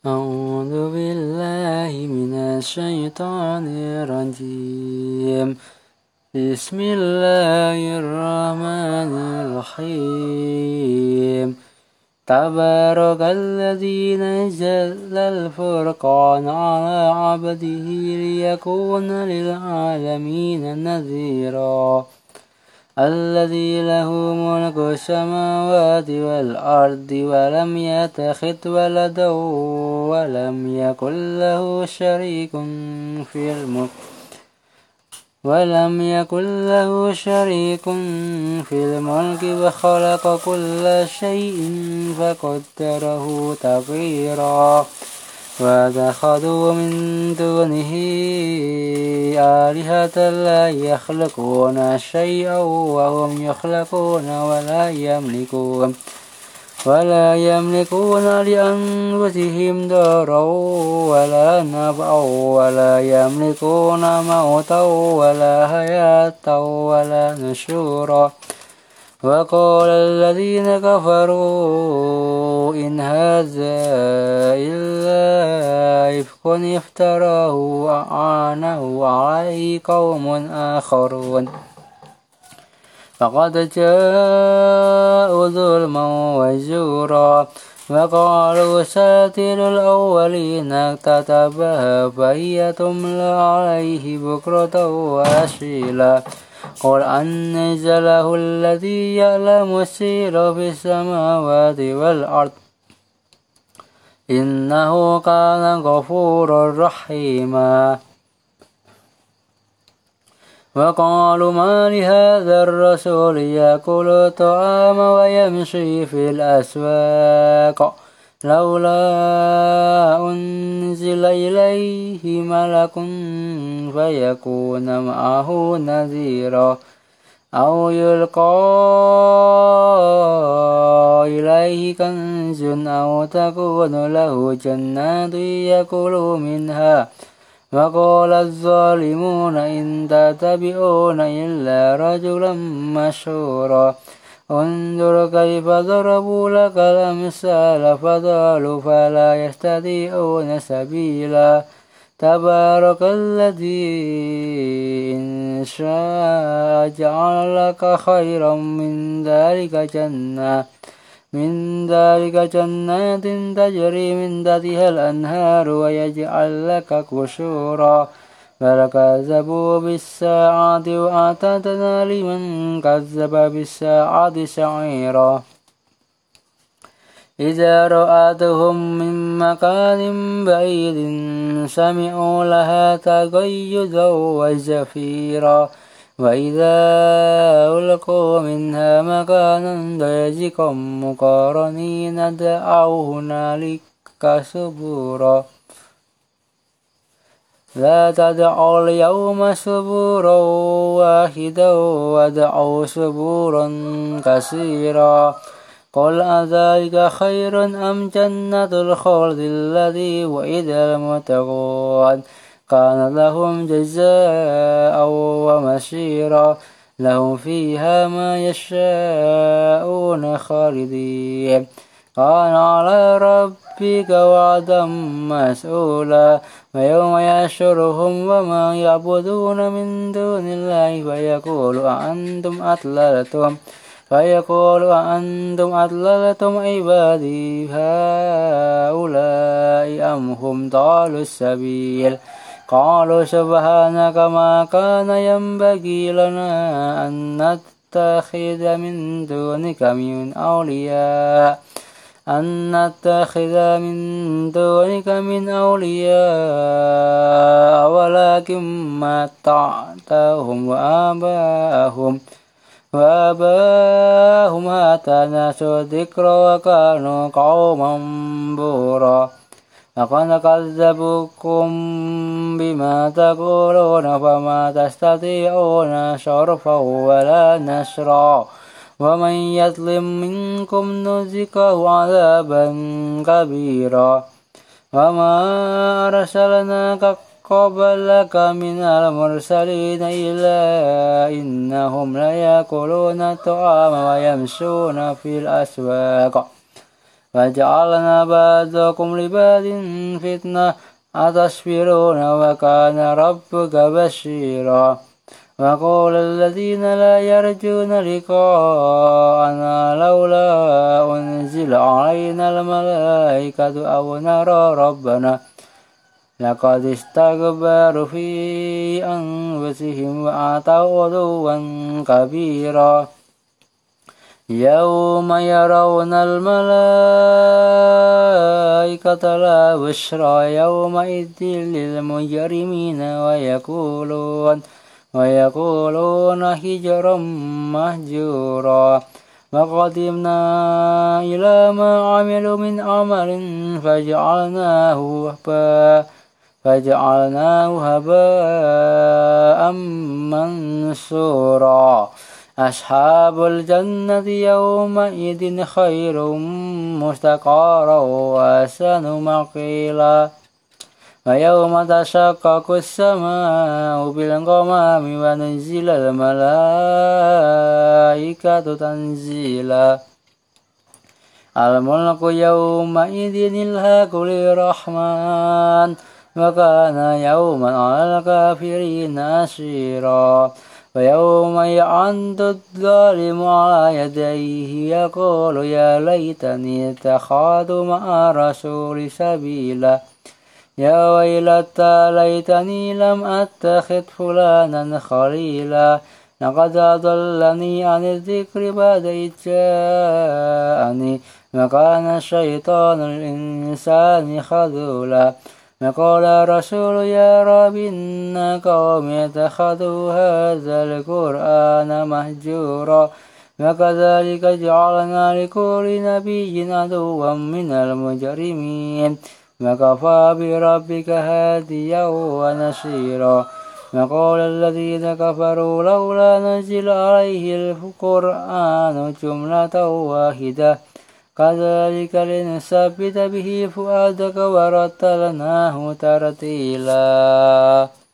أعوذ بالله من الشيطان الرجيم. بسم الله الرحمن الرحيم. تبارك الذي نزل الفرقان على عبده ليكون للعالمين نذيرا. الذي له ملك السماوات والأرض ولم يتخذ ولدا ولم يكن له شريك في الملك وخلق كل شيء فقدره تقديرا. واتخذوا من دونه آلهة لا يخلقون شيئا وهم يخلقون ولا يملكون لأنفسهم ضرا ولا نفعا ولا يملكون موتا ولا حياة ولا نشورا. وقال الذين كفروا إن هذا إلا إفك افتراه وأعانه عليه قوم آخرون فقد جاءوا ظلما وزورا. وقالوا ساتر الأولين اكتتبها فهي تملى عليه بكرة وأصيلا. قل أنزله الذي يعلم السر في السماوات والأرض إنه كان غفورا رحيما. وقالوا ما لهذا الرسول يأكل الطعام ويمشي في الأسواق لولا أنزل إليه ملك فيكون معه نذيرا أو يلقى إليه كنز أو تكون له جنات يأكل منها. وقال الظالمون إن تتبعون إلا رجلا مشهورا. انظر كيف ضربوا لك الأمثال فضلوا فلا يستطيعون سبيلا. تبارك الذي إن شاء جعل لك خيرا من ذلك جنات تجري من تحتها الأنهار ويجعل لك قصورا. بل كذبوا بالساعة وأعتدنا لمن كذب بالساعة سعيرا. إذا رأتهم من مكان بعيد سمعوا لها تغيظا وزفيرا. وإذا ألقوا منها مكانا ضيقا مقرنين دعوا هنالك ثبورا. لا تدعوا اليوم ثبورا واحدا ودعوا ثبورا كثيرا. قل أذلك خير أم جنة الخلد الذي وعد المتقون كان لهم جزاء ومصيرا. لهم فيها ما يشاءون خالدين كان على ربك وعدا مسئولا. ويوم يحشرهم وما يعبدون من دون الله فيقول أأنتم أضللتم عبادي هؤلاء أم هم ضالوا السبيل. قالوا سبحانك ما كان ينبغي لنا أن نتخذ من دونك من أولياء ولكن متعتهم وآباءهم حتى نسوا الذكر وكانوا قوما بورا. لقد كذبوكم بما تقولون فما تستطيعون صرفا ولا نصرا. ومن يظلم منكم نذقه عذابا كبيرا. وما أرسلناك قبلك من المرسلين إلا إنهم ليأكلون الطعام ويمشون في الأسواق وجعلنا بعضكم لبعض فتنة أتصبرون وكان ربك بشيرا وقال الذين لا يرجون لقاءنا لولا أنزل علينا الملائكة أو نرى ربنا لقد استكبروا في أنفسهم وأتوا عتوا كبيرا يوم يرون الملائكة لا بشرى يومئذ للمجرمين ويقولون هجرا مهجورا وقدمنا إلى ما عملوا من عمل فجعلناه هباء منثورا أصحاب الجنة يومئذ خير مستقرا وأحسن مقيلا ويوم تشقق السماء بالغمام ونزل الملائكة تنزيلا الملك يومئذ الحق للرحمن وكان يوما على الكافرين عسيرا ويوم يعض الظالم على يديه يقول يا ليتني اتخذت مع الرسول سبيلا يا ويلتى ليتني لم أتخذ فلانا خليلا لقد أضلني عن الذكر بعد إذ جاءني وكان الشيطان الإنسان خذولا وقال الرسول يا رب إن قومي اتخذوا هذا القرآن مهجورا وكذلك جعلنا لكل نبي عدوا من المجرمين وكفى بربك هاديا ونصيرا وقال الذين كفروا لولا نزل عليه القرآن جملة واحدة كذلك لنثبت به فؤادك ورتلناه ترتيلا